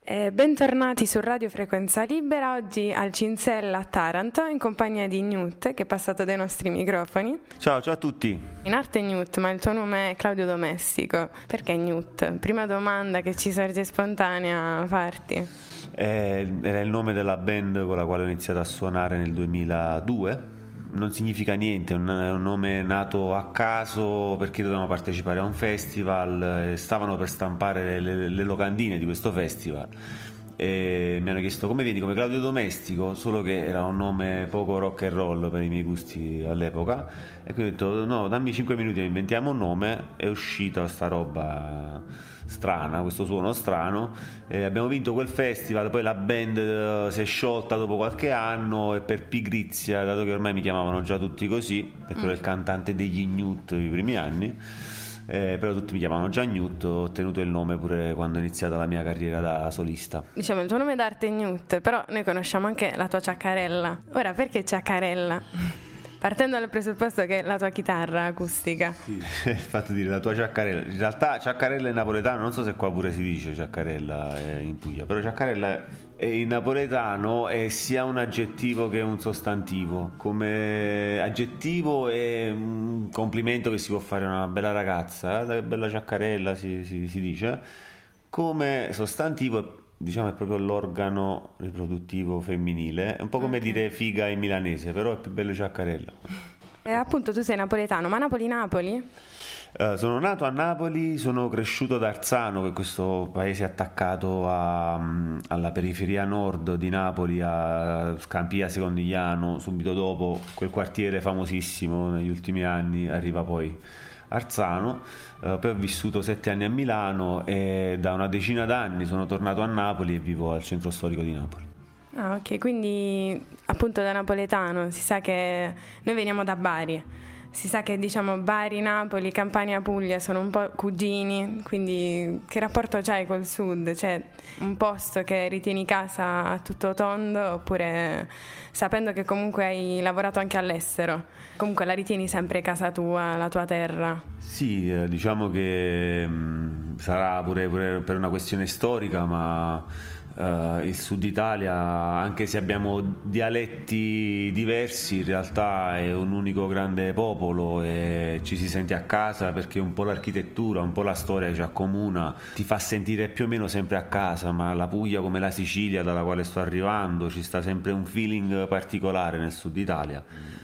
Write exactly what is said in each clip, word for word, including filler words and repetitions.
Eh, bentornati su Radio Frequenza Libera, oggi al Cinsella a Taranto in compagnia di Newt che è passato dai nostri microfoni. Ciao, ciao a tutti. In arte Newt, ma il tuo nome è Claudio Domestico. Perché Newt? Prima domanda che ci sorge spontanea a farti. Eh, era il nome della band con la quale ho iniziato a suonare nel duemiladue. Non significa niente, è un, è un nome nato a caso perché dovevamo partecipare a un festival e stavano per stampare le, le locandine di questo festival e mi hanno chiesto come vieni, come Claudio Domestico, solo che era un nome poco rock and roll per i miei gusti all'epoca, e quindi ho detto no, dammi cinque minuti, inventiamo un nome. È uscita sta roba strana, questo suono strano, e abbiamo vinto quel festival. Poi la band uh, si è sciolta dopo qualche anno e per pigrizia, dato che ormai mi chiamavano già tutti così perché mm. ero il cantante degli Newt i primi anni, eh, però tutti mi chiamavano già Newt, ho ottenuto il nome pure quando è iniziata la mia carriera da solista. Diciamo il tuo nome d'arte è Newt, però noi conosciamo anche la tua ciaccarella. Ora, perché ciaccarella? Partendo dal presupposto che è la tua chitarra acustica. Sì, il fatto di dire la tua ciaccarella. In realtà ciaccarella è napoletano, non so se qua pure si dice ciaccarella in Puglia, però ciaccarella è in napoletano è sia un aggettivo che un sostantivo. Come aggettivo è un complimento che si può fare a una bella ragazza, eh? Bella ciaccarella si, si, si dice. Come sostantivo, diciamo, è proprio l'organo riproduttivo femminile, è un po' come okay. dire figa in milanese, però è più bello ciaccarella. E appunto tu sei napoletano, ma Napoli-Napoli? Uh, sono nato a Napoli, sono cresciuto ad Arzano, che è questo paese attaccato a, um, alla periferia nord di Napoli, a Scampia Secondigliano, subito dopo quel quartiere famosissimo negli ultimi anni arriva poi Arzano. Uh, poi ho vissuto sette anni a Milano e da una decina d'anni sono tornato a Napoli e vivo al centro storico di Napoli. Ah, ok, quindi appunto da napoletano si sa che noi veniamo da Bari, si sa che diciamo Bari, Napoli, Campania, Puglia sono un po' cugini, quindi che rapporto c'hai col sud? Cioè un posto che ritieni casa a tutto tondo, oppure sapendo che comunque hai lavorato anche all'estero, comunque la ritieni sempre casa tua, la tua terra? Sì, eh, diciamo che mh, sarà pure, pure per una questione storica, ma uh, il sud Italia, anche se abbiamo dialetti diversi, in realtà è un unico grande popolo e ci si sente a casa perché un po' l'architettura, un po' la storia ci accomuna, ti fa sentire più o meno sempre a casa. Ma la Puglia, come la Sicilia dalla quale sto arrivando, ci sta sempre un feeling particolare nel sud Italia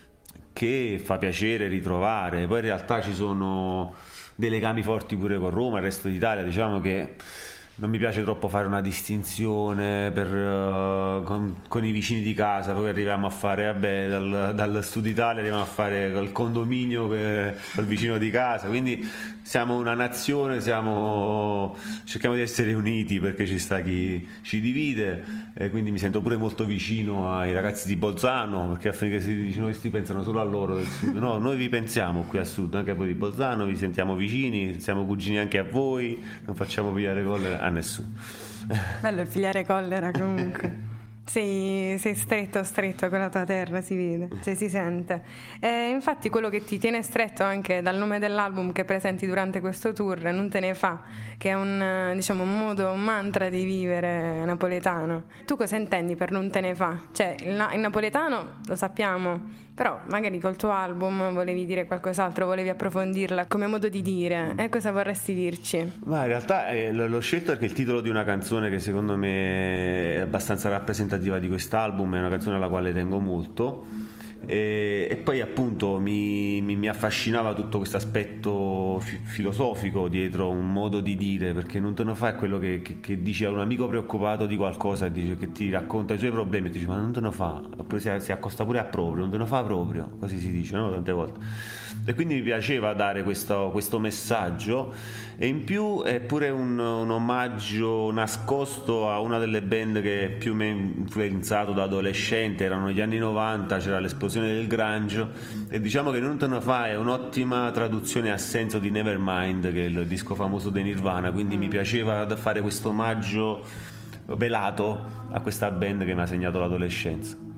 che fa piacere ritrovare. Poi in realtà ci sono dei legami forti pure con Roma, il resto d'Italia. Diciamo che non mi piace troppo fare una distinzione per, uh, con, con i vicini di casa, poi arriviamo a fare, vabbè, dal, dal sud Italia arriviamo a fare il condominio che, col vicino di casa, quindi siamo una nazione, siamo, cerchiamo di essere uniti perché ci sta chi ci divide, e quindi mi sento pure molto vicino ai ragazzi di Bolzano, perché affinché si dice noi questi pensano solo a loro del sud, no, noi vi pensiamo qui al sud, anche a voi di Bolzano, vi sentiamo vicini, siamo cugini anche a voi, non facciamo pigliare collera a nessuno. Bello il pigliare collera comunque. Sei, sei stretto stretto con la tua terra, si vede, cioè si sente. E infatti quello che ti tiene stretto anche dal nome dell'album che presenti durante questo tour, Non te ne fa, che è un, diciamo, un modo, un mantra di vivere napoletano. Tu cosa intendi per non te ne fa? Cioè il, il napoletano lo sappiamo, però magari col tuo album volevi dire qualcos'altro, volevi approfondirla come modo di dire, e cosa vorresti dirci? Ma in realtà eh, l'ho scelto perché è il titolo di una canzone che secondo me è abbastanza rappresentativa di quest'album, è una canzone alla quale tengo molto, e, e poi appunto mi, mi, mi affascinava tutto questo aspetto fi- filosofico dietro un modo di dire, perché non te ne fa è quello che, che, che dici a un amico preoccupato di qualcosa e dice, che ti racconta i suoi problemi e ti dice ma non te ne fa, oppure si, si accosta pure a proprio, non te ne fa proprio, così si dice, no? Tante volte. E quindi mi piaceva dare questo, questo messaggio, e in più è pure un, un omaggio nascosto a una delle band che più mi ha influenzato da adolescente. Erano gli anni novanta, c'era l'esplosione del grunge, e diciamo che Non te ne fa è un'ottima traduzione a senso di Nevermind, che è il disco famoso dei Nirvana, quindi mi piaceva fare questo omaggio velato a questa band che mi ha segnato l'adolescenza.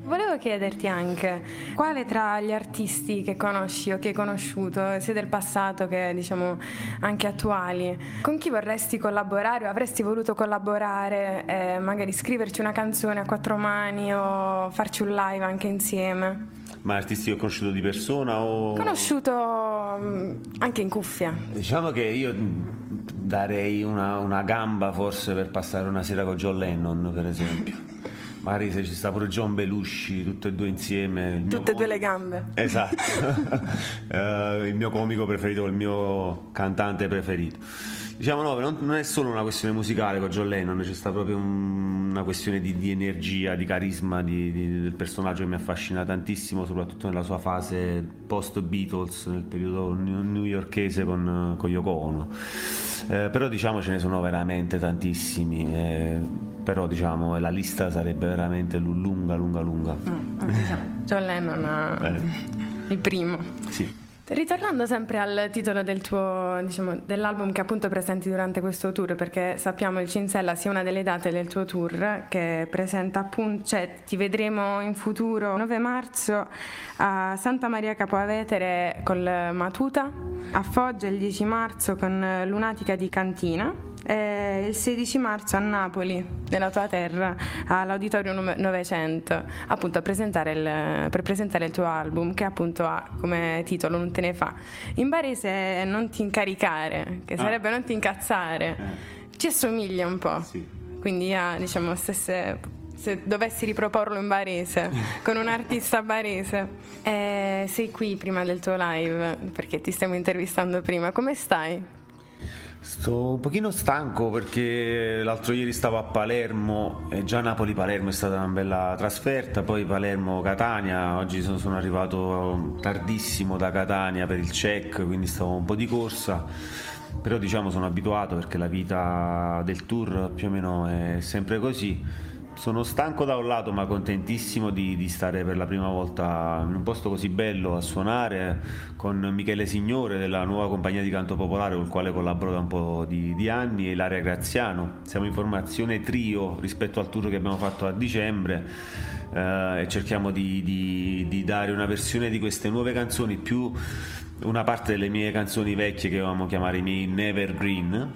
volevo chiederti anche quale tra gli artisti che conosci o che hai conosciuto, sia del passato che diciamo anche attuali, con chi vorresti collaborare o avresti voluto collaborare, eh, magari scriverci una canzone a quattro mani o farci un live anche insieme? Ma artisti che ho conosciuto di persona o... Conosciuto anche in cuffia. Diciamo che io darei una, una gamba forse per passare una sera con John Lennon, per esempio. Magari se ci sta pure John Belushi, tutte e due insieme. Tutte e due le gambe. Esatto. uh, il mio comico preferito, il mio cantante preferito. Diciamo no, non, non è solo una questione musicale con John Lennon, c'è sta proprio un, una questione di, di energia, di carisma di, di, del personaggio che mi affascina tantissimo, soprattutto nella sua fase post-Beatles, nel periodo newyorkese con, con Yoko Ono. Eh, però diciamo ce ne sono veramente tantissimi, eh, però diciamo la lista sarebbe veramente lunga, lunga, lunga. Mm, diciamo, John Lennon eh. il primo. Sì. Ritornando sempre al titolo del tuo, diciamo, dell'album che appunto presenti durante questo tour, perché sappiamo il Cinsella sia una delle date del tuo tour che presenta appunto, cioè ti vedremo in futuro nove marzo a Santa Maria Capua Vetere col Matuta, a Foggia il dieci marzo con Lunatica di Cantina e il sedici marzo a Napoli, nella tua terra, all'Auditorio novecento, appunto a presentare il, per presentare il tuo album che appunto ha come titolo Non te ne fa. In barese Non ti incaricare, che sarebbe ah. Non ti incazzare, eh. ci assomiglia un po', sì. Quindi ha, diciamo, stesse, se dovessi riproporlo in barese con un artista barese. Eh, sei qui prima del tuo live perché ti stiamo intervistando prima, come stai? Sto un pochino stanco perché l'altro ieri stavo a Palermo e già Napoli-Palermo è stata una bella trasferta, poi Palermo-Catania, oggi sono, sono arrivato tardissimo da Catania per il check, quindi stavo un po' di corsa, però diciamo sono abituato perché la vita del tour più o meno è sempre così. Sono stanco da un lato ma contentissimo di, di stare per la prima volta in un posto così bello a suonare con Michele Signore della nuova compagnia di canto popolare con il quale collaboro da un po' di, di anni e Ilaria Graziano. Siamo in formazione trio rispetto al tour che abbiamo fatto a dicembre eh, e cerchiamo di, di, di dare una versione di queste nuove canzoni più... una parte delle mie canzoni vecchie che avevamo chiamare i miei Nevergreen,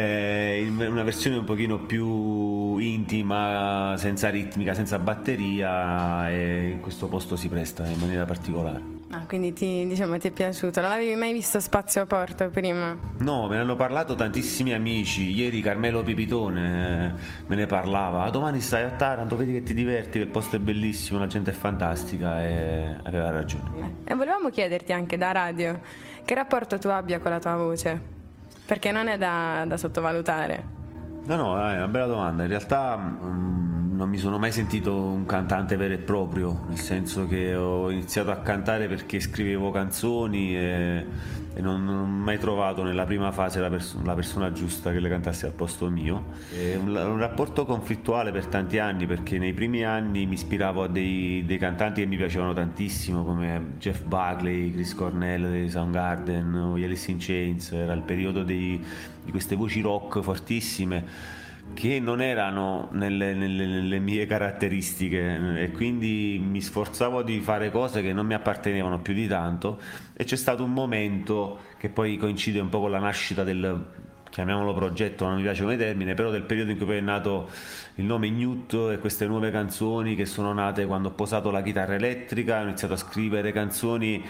eh, una versione un pochino più intima, senza ritmica, senza batteria, e in questo posto si presta in maniera particolare. Ah, quindi ti, diciamo, ti è piaciuto? Non avevi mai visto Spazio Porto prima? No, me ne hanno parlato tantissimi amici. Ieri Carmelo Pipitone eh, me ne parlava. Domani stai a Taranto, vedi che ti diverti, che il posto è bellissimo, la gente è fantastica, e aveva ragione. E volevamo chiederti anche da radio che rapporto tu abbia con la tua voce, perché non è da, da sottovalutare. No, no, è una bella domanda. In realtà mh, non mi sono mai sentito un cantante vero e proprio, nel senso che ho iniziato a cantare perché scrivevo canzoni e, e non, non ho mai trovato nella prima fase la, pers- la persona giusta che le cantasse al posto mio. È un, un rapporto conflittuale per tanti anni, perché nei primi anni mi ispiravo a dei, dei cantanti che mi piacevano tantissimo, come Jeff Buckley, Chris Cornell dei Soundgarden o gli Alice in Chains. Era il periodo dei, di queste voci rock fortissime che non erano nelle, nelle, nelle mie caratteristiche, e quindi mi sforzavo di fare cose che non mi appartenevano più di tanto, e c'è stato un momento che poi coincide un po' con la nascita del, chiamiamolo progetto, non mi piace come termine, però del periodo in cui poi è nato il nome Newt e queste nuove canzoni che sono nate quando ho posato la chitarra elettrica, ho iniziato a scrivere canzoni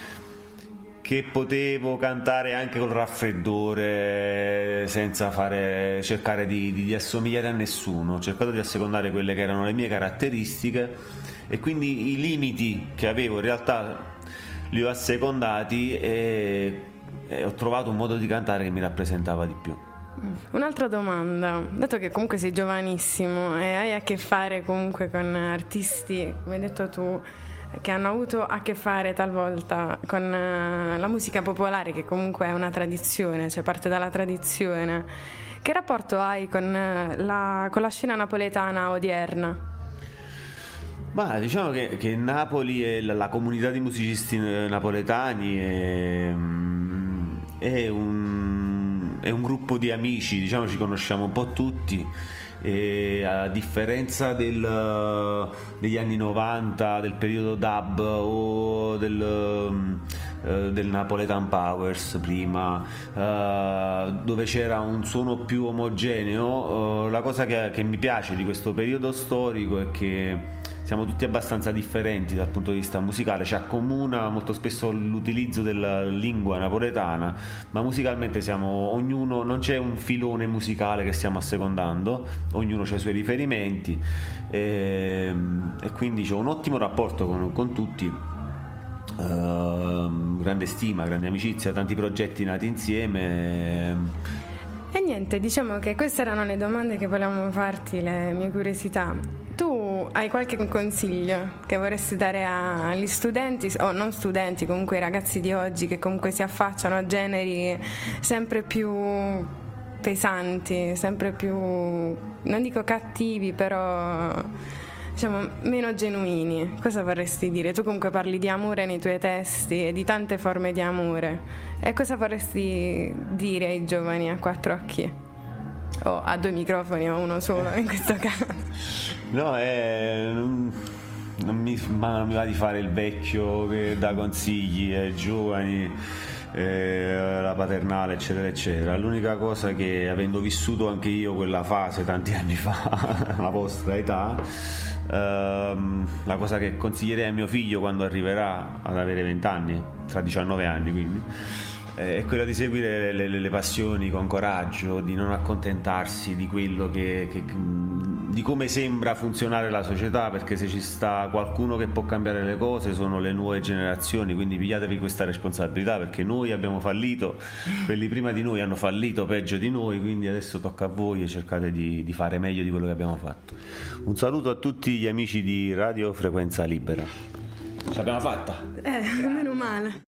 che potevo cantare anche col raffreddore, senza fare, cercare di, di, di assomigliare a nessuno. Ho cercato di assecondare quelle che erano le mie caratteristiche, e quindi i limiti che avevo in realtà li ho assecondati, e, e ho trovato un modo di cantare che mi rappresentava di più. Un'altra domanda, dato che comunque sei giovanissimo e hai a che fare comunque con artisti, come hai detto tu, che hanno avuto a che fare talvolta con uh, la musica popolare, che comunque è una tradizione, cioè parte dalla tradizione, che rapporto hai con, uh, la, con la scena napoletana odierna? Ma diciamo che, che Napoli e la, la comunità di musicisti napoletani è, è, un, è un gruppo di amici, diciamo, ci conosciamo un po' tutti. e a differenza del, degli anni novanta, del periodo dub o del, del Napoletan Powers prima, dove c'era un suono più omogeneo, la cosa che, che mi piace di questo periodo storico è che siamo tutti abbastanza differenti dal punto di vista musicale, ci accomuna molto spesso l'utilizzo della lingua napoletana, ma musicalmente siamo ognuno, non c'è un filone musicale che stiamo assecondando, ognuno ha i suoi riferimenti e, e quindi c'è un ottimo rapporto con, con tutti, uh, grande stima, grande amicizia, tanti progetti nati insieme. E niente, diciamo che queste erano le domande che volevamo farti, le mie curiosità. Tu hai qualche consiglio che vorresti dare agli studenti, o non studenti, comunque ai ragazzi di oggi che comunque si affacciano a generi sempre più pesanti, sempre più, non dico cattivi, però diciamo meno genuini? Cosa vorresti dire? Tu comunque parli di amore nei tuoi testi e di tante forme di amore. E cosa vorresti dire ai giovani a quattro occhi? O a due microfoni o uno solo in questo caso? No, eh, non, non, mi, ma non mi va di fare il vecchio che dà consigli ai giovani, eh, la paternale eccetera eccetera. L'unica cosa che, avendo vissuto anche io quella fase tanti anni fa, la vostra età, ehm, la cosa che consiglierei a mio figlio quando arriverà ad avere venti anni, tra diciannove anni quindi, è quella di seguire le, le, le passioni con coraggio, di non accontentarsi di quello che, che di come sembra funzionare la società, perché se ci sta qualcuno che può cambiare le cose sono le nuove generazioni, quindi pigliatevi questa responsabilità, perché noi abbiamo fallito, quelli prima di noi hanno fallito peggio di noi, quindi adesso tocca a voi e cercate di, di fare meglio di quello che abbiamo fatto. Un saluto a tutti gli amici di Radio Frequenza Libera. Ce l'abbiamo fatta! Eh, meno male.